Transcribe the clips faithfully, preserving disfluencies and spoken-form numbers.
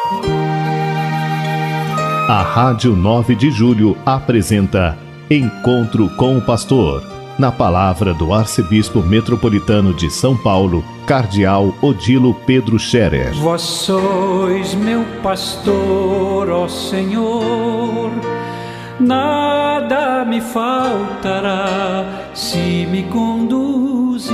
A Rádio nove de Julho apresenta Encontro com o Pastor, na palavra do Arcebispo Metropolitano de São Paulo, Cardeal Odilo Pedro Scherer. Vós sois meu pastor, ó Senhor, nada me faltará se me conduzis.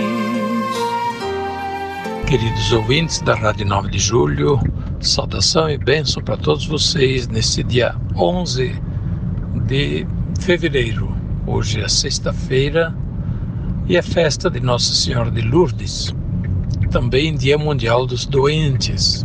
Queridos ouvintes da Rádio nove de Julho, saudação e bênção para todos vocês neste dia onze de fevereiro. Hoje é sexta-feira e é festa de Nossa Senhora de Lourdes, também Dia Mundial dos Doentes.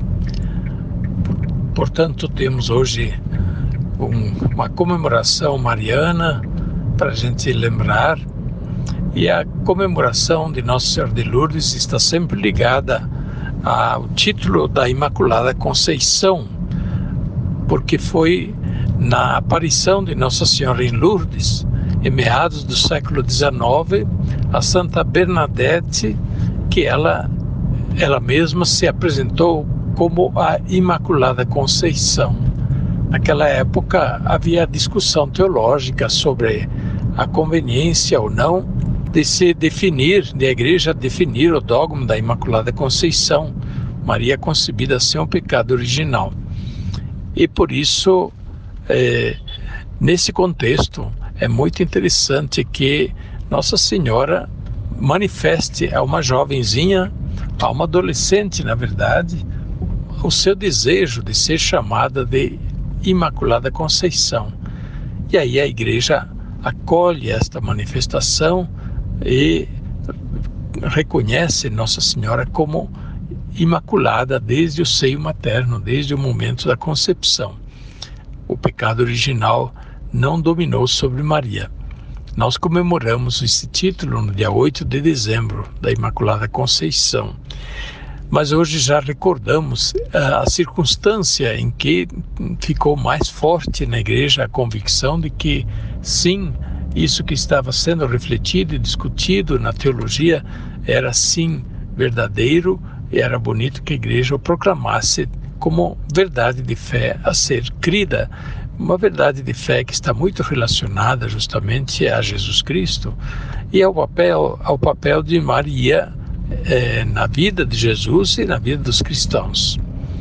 Portanto, temos hoje um, uma comemoração mariana para a gente lembrar, e a comemoração de Nossa Senhora de Lourdes está sempre ligada ao título da Imaculada Conceição, porque foi na aparição de Nossa Senhora em Lourdes, em meados do século dezenove, a Santa Bernadette, que ela, ela mesma se apresentou como a Imaculada Conceição. Naquela época havia discussão teológica sobre a conveniência ou não de se definir, de a Igreja definir o dogma da Imaculada Conceição, Maria concebida sem o pecado original. E por isso, é, nesse contexto, é muito interessante que Nossa Senhora manifeste a uma jovenzinha, a uma adolescente, na verdade, o seu desejo de ser chamada de Imaculada Conceição. E aí a Igreja acolhe esta manifestação e reconhece Nossa Senhora como imaculada desde o seio materno, desde o momento da concepção. O pecado original não dominou sobre Maria. Nós comemoramos esse título no dia oito de dezembro, da Imaculada Conceição. Mas hoje já recordamos a circunstância em que ficou mais forte na Igreja a convicção de que, sim, isso que estava sendo refletido e discutido na teologia era sim verdadeiro, e era bonito que a Igreja o proclamasse como verdade de fé a ser crida, uma verdade de fé que está muito relacionada justamente a Jesus Cristo e ao papel, ao papel de Maria eh, na vida de Jesus e na vida dos cristãos.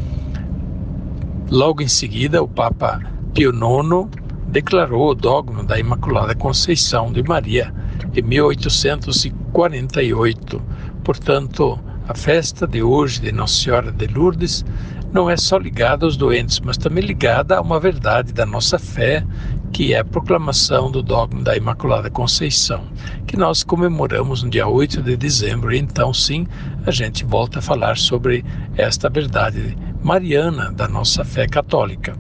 Logo em seguida, o Papa Pio nono declarou o dogma da Imaculada Conceição de Maria em mil oitocentos e quarenta e oito. Portanto, a festa de hoje de Nossa Senhora de Lourdes não é só ligada aos doentes, mas também ligada a uma verdade da nossa fé, que é a proclamação do dogma da Imaculada Conceição, que nós comemoramos no dia oito de dezembro. E então, sim, a gente volta a falar sobre esta verdade mariana da nossa fé católica.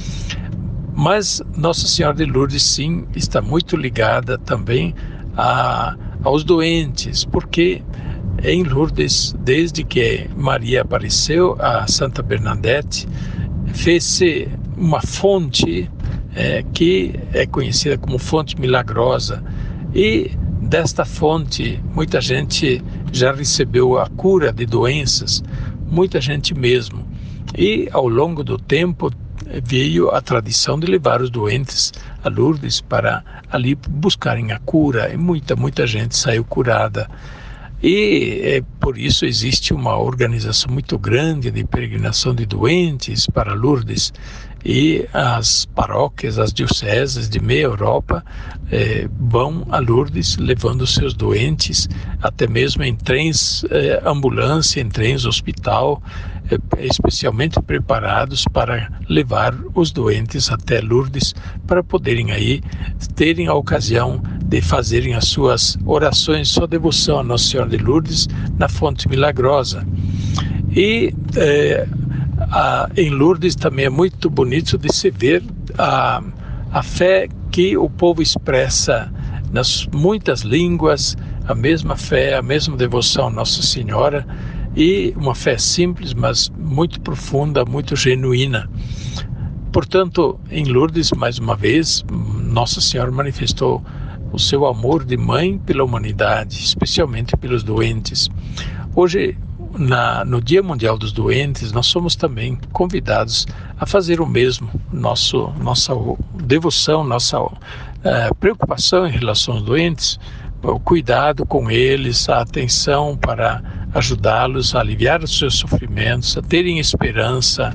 Mas Nossa Senhora de Lourdes, sim, está muito ligada também a, aos doentes, porque em Lourdes, desde que Maria apareceu, a Santa Bernadette fez-se uma fonte é, que é conhecida como fonte milagrosa, e desta fonte muita gente já recebeu a cura de doenças, muita gente mesmo, e ao longo do tempo veio a tradição de levar os doentes a Lourdes para ali buscarem a cura, e muita, muita gente saiu curada. E é, por isso existe uma organização muito grande de peregrinação de doentes para Lourdes, e as paróquias, as dioceses de meia Europa eh, vão a Lourdes levando seus doentes, até mesmo em trens eh, ambulância, em trens hospital, eh, especialmente preparados para levar os doentes até Lourdes, para poderem aí terem a ocasião de fazerem as suas orações, sua devoção a Nossa Senhora de Lourdes na fonte milagrosa. E eh, a, em Lourdes também é muito bonito de se ver a, a fé que o povo expressa nas muitas línguas, a mesma fé, a mesma devoção a Nossa Senhora, e uma fé simples, mas muito profunda, muito genuína. Portanto, em Lourdes, mais uma vez, Nossa Senhora manifestou o seu amor de mãe pela humanidade, especialmente pelos doentes. Hoje, na, no Dia Mundial dos Doentes, nós somos também convidados a fazer o mesmo. Nosso, nossa devoção, nossa uh, preocupação em relação aos doentes, o cuidado com eles, a atenção para ajudá-los a aliviar os seus sofrimentos, a terem esperança,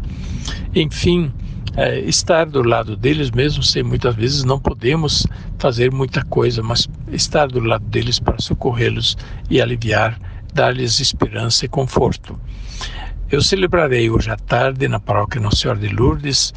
enfim, é, estar do lado deles, mesmo se muitas vezes não podemos fazer muita coisa, mas estar do lado deles para socorrê-los e aliviar, dar-lhes esperança e conforto. Eu celebrarei hoje à tarde na paróquia Nossa Senhora de Lourdes,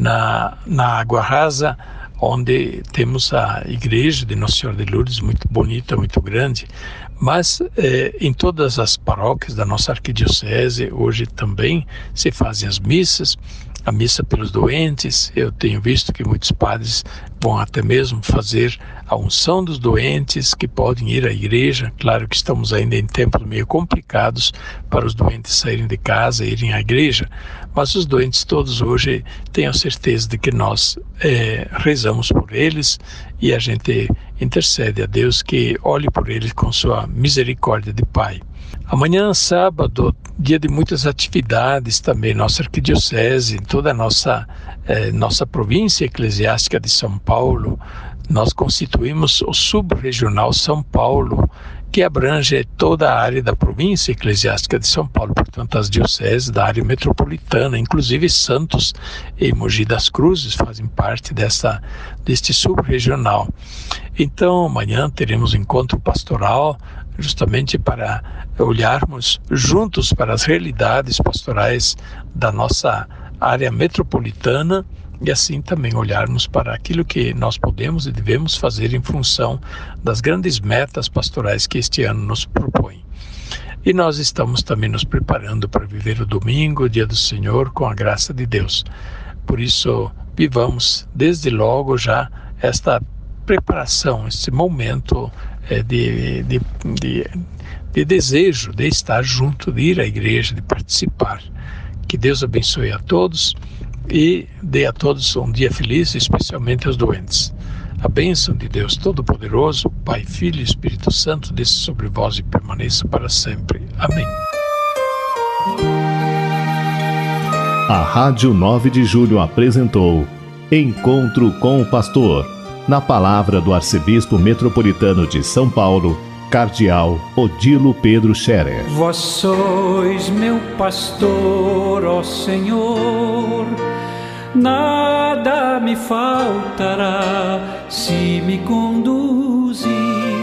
na, na Água Rasa, onde temos a igreja de Nossa Senhora de Lourdes, muito bonita, muito grande, mas eh, em todas as paróquias da nossa arquidiocese, hoje também se fazem as missas, a missa pelos doentes. Eu tenho visto que muitos padres vão até mesmo fazer a unção dos doentes que podem ir à igreja. Claro que estamos ainda em tempos meio complicados para os doentes saírem de casa e irem à igreja, mas os doentes todos hoje tenham certeza de que nós é, rezamos por eles e a gente intercede a Deus que olhe por eles com sua misericórdia de Pai. Amanhã, sábado, dia de muitas atividades também, nossa arquidiocese, em toda a nossa, eh, nossa província eclesiástica de São Paulo, nós constituímos o Subregional São Paulo, que abrange toda a área da província eclesiástica de São Paulo, portanto as dioceses da área metropolitana, inclusive Santos e Mogi das Cruzes fazem parte dessa, deste subregional. Então amanhã teremos um encontro pastoral, justamente para olharmos juntos para as realidades pastorais da nossa área metropolitana e assim também olharmos para aquilo que nós podemos e devemos fazer em função das grandes metas pastorais que este ano nos propõe. E nós estamos também nos preparando para viver o domingo, o dia do Senhor, com a graça de Deus. Por isso, vivamos desde logo já esta preparação, esse momento é, de, de, de, de desejo de estar junto, de ir à igreja, de participar. Que Deus abençoe a todos e dê a todos um dia feliz, especialmente aos doentes. A bênção de Deus Todo-Poderoso, Pai, Filho e Espírito Santo, desça sobre vós e permaneça para sempre. Amém. A Rádio nove de Julho apresentou Encontro com o Pastor, na palavra do Arcebispo Metropolitano de São Paulo, Cardeal Odilo Pedro Scherer. Vós sois meu pastor, ó Senhor, nada me faltará se me conduzir.